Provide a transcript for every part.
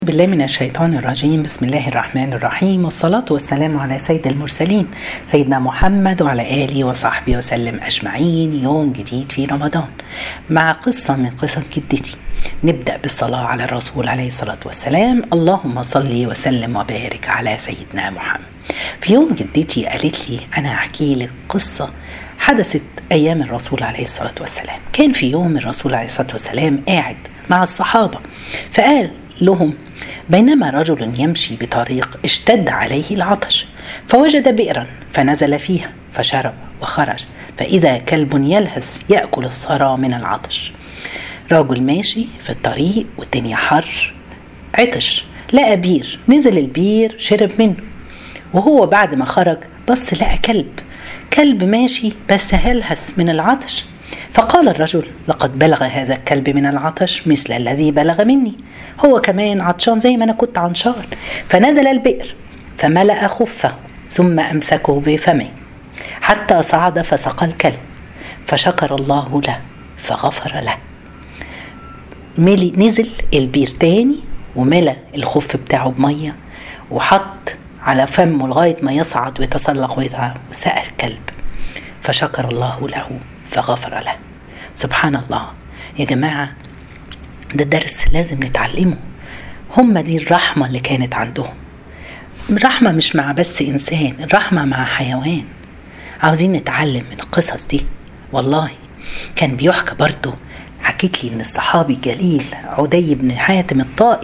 بالله من الشيطان الرجيم. بسم الله الرحمن الرحيم، والصلاة والسلام على سيد المرسلين سيدنا محمد وعلى آله وصحبه وسلم أجمعين. يوم جديد في رمضان مع قصة من قصص جدتي. نبدأ بالصلاة على الرسول عليه الصلاة والسلام. اللهم صل وسلم وبارك على سيدنا محمد. في يوم جدتي قالت لي أنا أحكي لك قصة حدثت أيام الرسول عليه الصلاة والسلام. كان في يوم الرسول عليه الصلاة والسلام قاعد مع الصحابة، فقال لهم: بينما رجل يمشي بطريق اشتد عليه العطش، فوجد بئرا فنزل فيها فشرب وخرج، فإذا كلب يلهث يأكل الثرى من العطش. رجل ماشي في الطريق والدنيا حر، عطش، لقى بير، نزل البير شرب منه، وهو بعد ما خرج بص لقى كلب ماشي بس هلهث من العطش. فقال الرجل: لقد بلغ هذا الكلب من العطش مثل الذي بلغ مني، هو كمان عطشان زي ما أنا كنت عطشان. فنزل البئر فملأ خفه ثم أمسكه بفمه حتى صعد فسقى الكلب، فشكر الله له فغفر له. نزل البير تاني وملأ الخف بتاعه بمية وحط على فمه لغاية ما يصعد ويتسلق وسقى الكلب، فشكر الله له فغفر له. سبحان الله يا جماعة، ده درس لازم نتعلمه. هم دي الرحمة اللي كانت عندهم، الرحمة مش مع بس إنسان، الرحمة مع حيوان. عاوزين نتعلم من القصص دي. والله كان بيحكى برضو، حكيت لي إن الصحابي الجليل عدي بن حاتم الطائي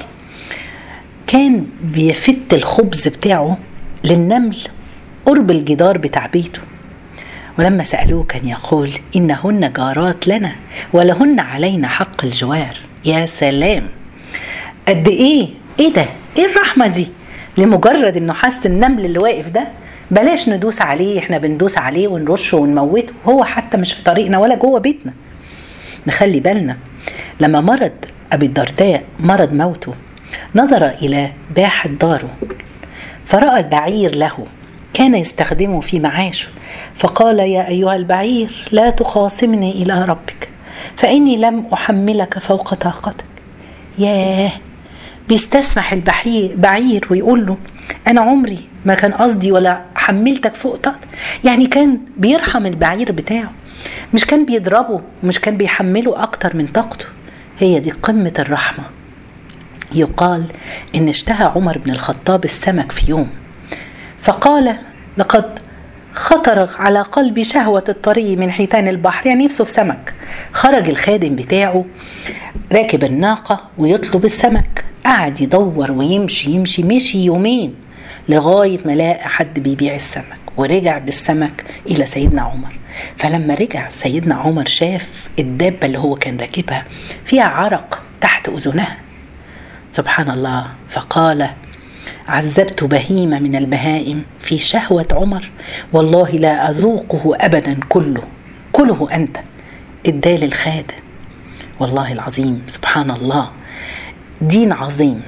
كان بيفت الخبز بتاعه للنمل قرب الجدار بتاع بيته، ولما سألوه كان يقول: إنهن جارات لنا ولهن علينا حق الجوار. يا سلام، قد إيه ده، إيه الرحمة دي؟ لمجرد إنه حس النمل اللي واقف ده بلاش ندوس عليه، إحنا بندوس عليه ونرشه ونموته، هو حتى مش في طريقنا ولا جوه بيتنا. نخلي بالنا. لما مرض أبي الدرداء مرض موته، نظر إلى باحة داره فرأى البعير له كان يستخدمه في معاشه، فقال: يا أيها البعير لا تخاصمني إلى ربك فإني لم أحملك فوق طاقتك. ياه، بيستسمح البعير ويقول له: أنا عمري ما كان قصدي ولا حملتك فوق طاقتك. يعني كان بيرحم البعير بتاعه، مش كان بيضربه، مش كان بيحمله أكتر من طاقته. هي دي قمة الرحمة. يقال إن اشتهى عمر بن الخطاب السمك في يوم، فقال: لقد خطر على قلبي شهوة الطري من حيتان البحر، يعني نفسه في سمك. خرج الخادم بتاعه راكب الناقة ويطلب السمك، قعد يدور ويمشي مشي يومين لغاية ما لقى حد بيبيع السمك، ورجع بالسمك إلى سيدنا عمر. فلما رجع سيدنا عمر شاف الدابة اللي هو كان راكبها فيها عرق تحت أذنها. سبحان الله. فقال: عذبت بهيمة من البهائم في شهوة عمر، والله لا أذوقه أبدا، كله أنت. الدال الخادم. والله العظيم سبحان الله، دين عظيم.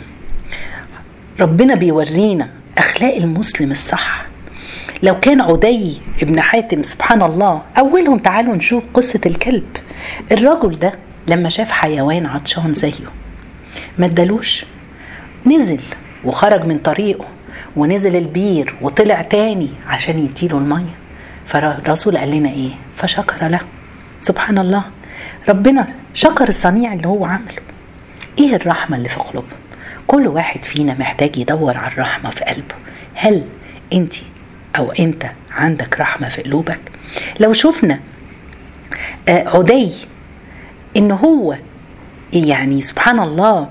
ربنا بيورينا أخلاق المسلم الصح. لو كان عدي ابن حاتم سبحان الله أولهم، تعالوا نشوف قصة الكلب. الرجل ده لما شاف حيوان عطشان زيه ما ادالوش، نزل وخرج من طريقه ونزل البير وطلع تاني عشان يديله المية. فالرسول قال لنا ايه؟ فشكر له. سبحان الله، ربنا شكر الصنيع اللي هو عمله. ايه الرحمة اللي في قلوبه؟ كل واحد فينا محتاج يدور على الرحمة في قلبه. هل انت او انت عندك رحمة في قلوبك؟ لو شفنا عدي ان هو يعني سبحان الله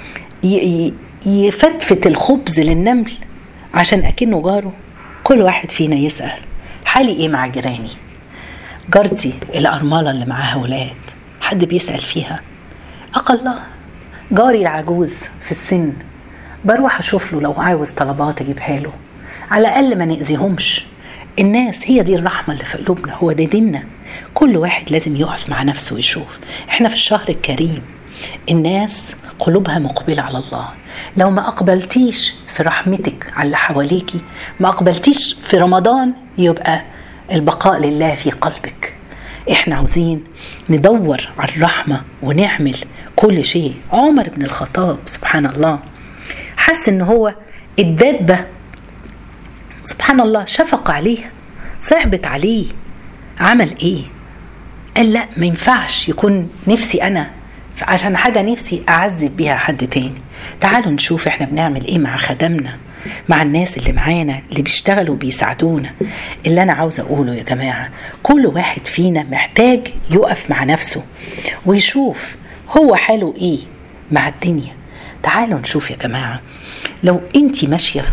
يفتفت الخبز للنمل عشان أكنه جاره، كل واحد فينا يسأل: حالي إيه مع جيراني؟ جارتي الأرملة اللي معاها ولاد، حد بيسأل فيها؟ أقل جاري العجوز في السن بروح أشوف له لو عاوز طلبات أجيبها له، على الأقل ما نأذيهمش. الناس هي دي الرحمة اللي في قلوبنا، هو ده ديننا. كل واحد لازم يقف مع نفسه ويشوف. احنا في الشهر الكريم، الناس قلوبها مقبلة على الله. لو ما أقبلتيش في رحمتك على اللي حواليكي، ما أقبلتيش في رمضان، يبقى البقاء لله في قلبك. احنا عاوزين ندور على الرحمة ونعمل كل شيء. عمر بن الخطاب سبحان الله حس ان هو الدابة سبحان الله شفق عليها، صعبت عليه، عمل ايه؟ قال لا، ما ينفعش يكون نفسي انا عشان حاجة نفسي اعذب بيها حد تاني. تعالوا نشوف احنا بنعمل ايه مع خدمنا، مع الناس اللي معانا اللي بيشتغلوا بيساعدونا. اللي انا عاوزة اقوله يا جماعة، كل واحد فينا محتاج يقف مع نفسه ويشوف هو حاله ايه مع الدنيا. تعالوا نشوف يا جماعة، لو انتي ماشية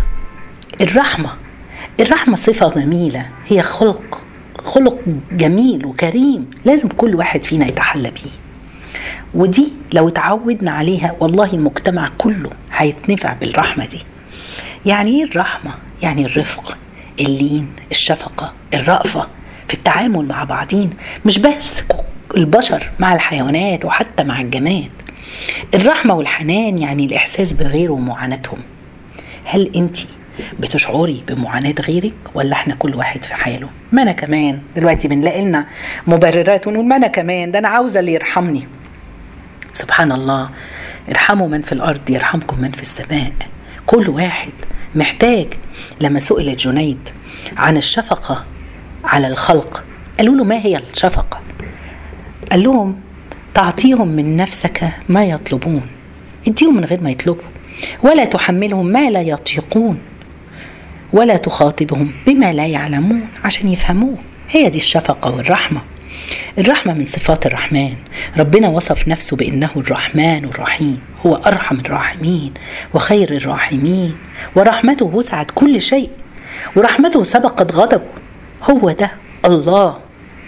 الرحمة صفة جميلة، هي خلق جميل وكريم لازم كل واحد فينا يتحلى بيه. ودي لو تعودنا عليها والله المجتمع كله هيتنفع بالرحمة دي. يعني ايه الرحمة؟ يعني الرفق، اللين، الشفقة، الرأفة في التعامل مع بعضين، مش بس البشر، مع الحيوانات وحتى مع الجماد. الرحمة والحنان يعني الإحساس بغيره ومعاناتهم. هل انتي بتشعري بمعاناة غيرك ولا احنا كل واحد في حاله؟ ما انا كمان دلوقتي بنلاقي لنا مبررات ونقول ما انا كمان، ده انا عاوزة اللي يرحمني. سبحان الله، ارحموا من في الارض يرحمكم من في السماء. كل واحد محتاج. لما سئل جنيد عن الشفقة على الخلق قالوا له ما هي الشفقة؟ قال لهم تعطيهم من نفسك ما يطلبون، اديهم من غير ما يطلبوا، ولا تحملهم ما لا يطيقون، ولا تخاطبهم بما لا يعلمون عشان يفهموه. هي دي الشفقة والرحمة. الرحمة من صفات الرحمن. ربنا وصف نفسه بأنه الرحمن الرحيم، هو أرحم الراحمين وخير الراحمين، ورحمته وسعت كل شيء، ورحمته سبقت غضبه. هو ده الله.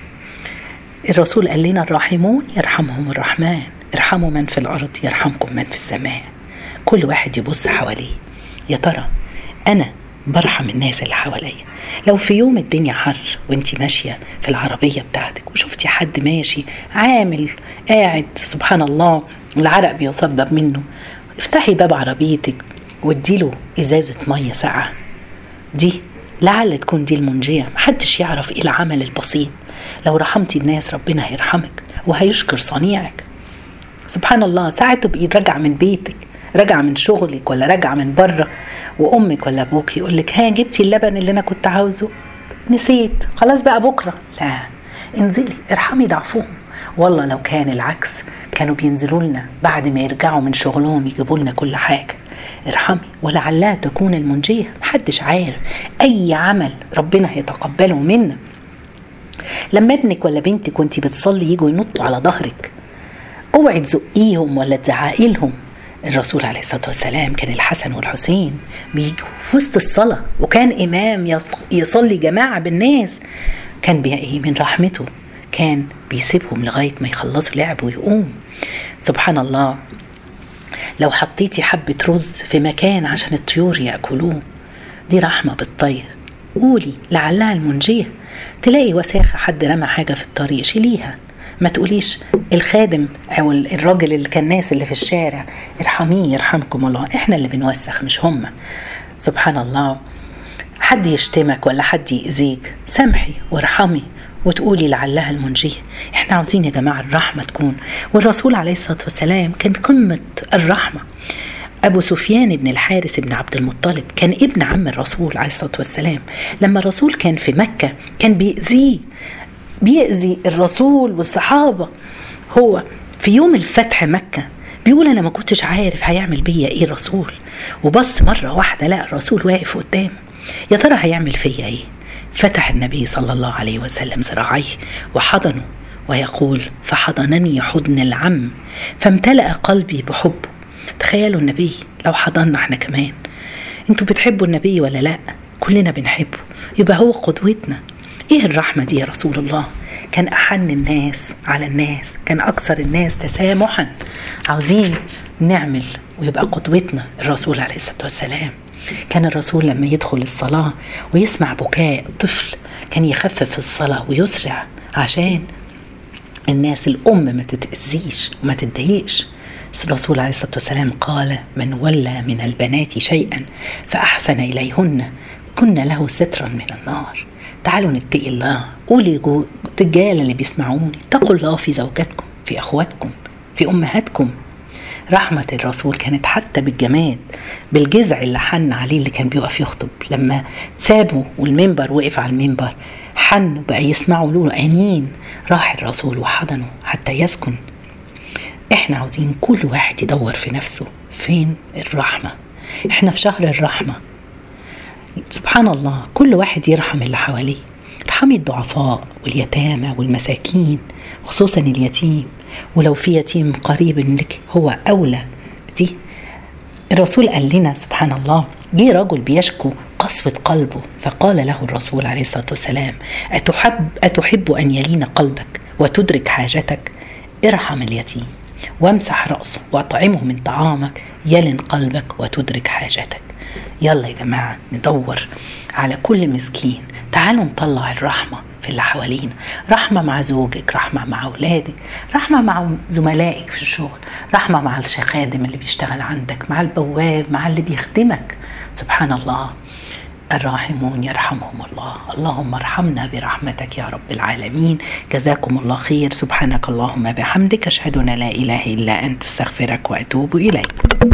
الرسول قال لنا الراحمون يرحمهم الرحمن، ارحموا من في الأرض يرحمكم من في السماء. كل واحد يبص حواليه، يا ترى أنا برحم الناس اللي حواليا؟ لو في يوم الدنيا حر وانتي ماشية في العربية بتاعتك وشفتي حد ماشي عامل قاعد سبحان الله العرق بيصبب منه، افتحي باب عربيتك واديله ازازة مية ساقعة. دي لعل تكون دي المنجية. محدش يعرف ايه العمل البسيط. لو رحمتي الناس ربنا هيرحمك وهيشكر صنيعك. سبحان الله، ساعة تبقي راجعة من بيتك، راجعة من شغلك ولا راجعة من بره، وامك ولا ابوك يقول لك ها جبتي اللبن اللي انا كنت عاوزه؟ نسيت، خلاص بقى بكره. لا، انزلي ارحمي ضعفهم. والله لو كان العكس كانوا بينزلوا لنا بعد ما يرجعوا من شغلهم يجيبوا لنا كل حاجه. ارحمي ولعلها تكون المنجيه. محدش عارف اي عمل ربنا هيتقبله منا. لما ابنك ولا بنتك وانتي بتصلي يجوا ينطوا على ظهرك، اوعي تزقيهم ولا تزعقي لهم. الرسول عليه الصلاة والسلام كان الحسن والحسين بيجوا في وسط الصلاة، وكان إمام يصلي جماعة بالناس، كان من رحمته كان بيسيبهم لغاية ما يخلصوا لعب ويقوم. سبحان الله، لو حطيتي حبة رز في مكان عشان الطيور يأكلوه، دي رحمة بالطير. قولي لعلها المنجية. تلاقي وساخة حد رمى حاجة في الطريق، شيليها. ما تقوليش الخادم او الراجل الكناس اللي في الشارع ارحميه يرحمكم الله. احنا اللي بنوسخ مش هم. سبحان الله، حد يشتمك ولا حد يأذيك سامحي وارحمي وتقولي لعلها المنجية. احنا عاوزين يا جماعة الرحمة تكون. والرسول عليه الصلاة والسلام كان قمة الرحمة. أبو سفيان بن الحارث بن عبد المطلب كان ابن عم الرسول عليه الصلاة والسلام. لما الرسول كان في مكة كان بيأذي الرسول والصحابة. هو في يوم الفتح مكة بيقول أنا ما كنتش عارف هيعمل بيا إيه الرسول، وبص مرة واحدة لقى الرسول واقف قدامه، يا ترى هيعمل فيا إيه؟ فتح النبي صلى الله عليه وسلم ذراعيه وحضنه، ويقول فحضنني حضن العم فامتلأ قلبي بحبه. تخيلوا النبي لو حضننا احنا كمان. انتوا بتحبوا النبي ولا لا؟ كلنا بنحبه، يبقى هو قدوتنا. ايه الرحمة دي يا رسول الله؟ كان أحن الناس على الناس، كان أكثر الناس تسامحا. عاوزين نعمل ويبقى قدوتنا الرسول عليه الصلاة والسلام. كان الرسول لما يدخل الصلاة ويسمع بكاء طفل كان يخفف الصلاة ويسرع عشان الناس الأم ما تتأذيش وما تتضايقش. الرسول عليه الصلاة والسلام قال من ولى من البنات شيئا فأحسن إليهن كنا له سترا من النار. تعالوا نتقي الله. قولي رجال اللي بيسمعوني اتقوا الله في زوجاتكم، في أخواتكم، في أمهاتكم. رحمة الرسول كانت حتى بالجماد، بالجذع اللي حن عليه اللي كان بيقف يخطب، لما سابه والمنبر وقف على المنبر حن بقى يسمعوا له أنين، راح الرسول وحضنه حتى يسكن. احنا عاوزين كل واحد يدور في نفسه فين الرحمة. احنا في شهر الرحمة، سبحان الله، كل واحد يرحم اللي حواليه، ارحمي الضعفاء واليتامى والمساكين، خصوصا اليتيم، ولو في يتيم قريب لك هو أولى. دي الرسول قال لنا سبحان الله، جه رجل بيشكو قسوة قلبه، فقال له الرسول عليه الصلاة والسلام: أتحب أن يلين قلبك وتدرك حاجتك؟ ارحم اليتيم وامسح رأسه واطعمه من طعامك يلن قلبك وتدرك حاجتك. يلا يا جماعة ندور على كل مسكين، تعالوا نطلع الرحمة في اللي حوالينا، رحمة مع زوجك، رحمة مع أولادك، رحمة مع زملائك في الشغل، رحمة مع الخادم اللي بيشتغل عندك، مع البواب، مع اللي بيخدمك. سبحان الله، الراحمون يرحمهم الله. اللهم ارحمنا برحمتك يا رب العالمين. جزاكم الله خير. سبحانك اللهم بحمدك، أشهد أن لا إله إلا أنت، استغفرك وأتوب إليك.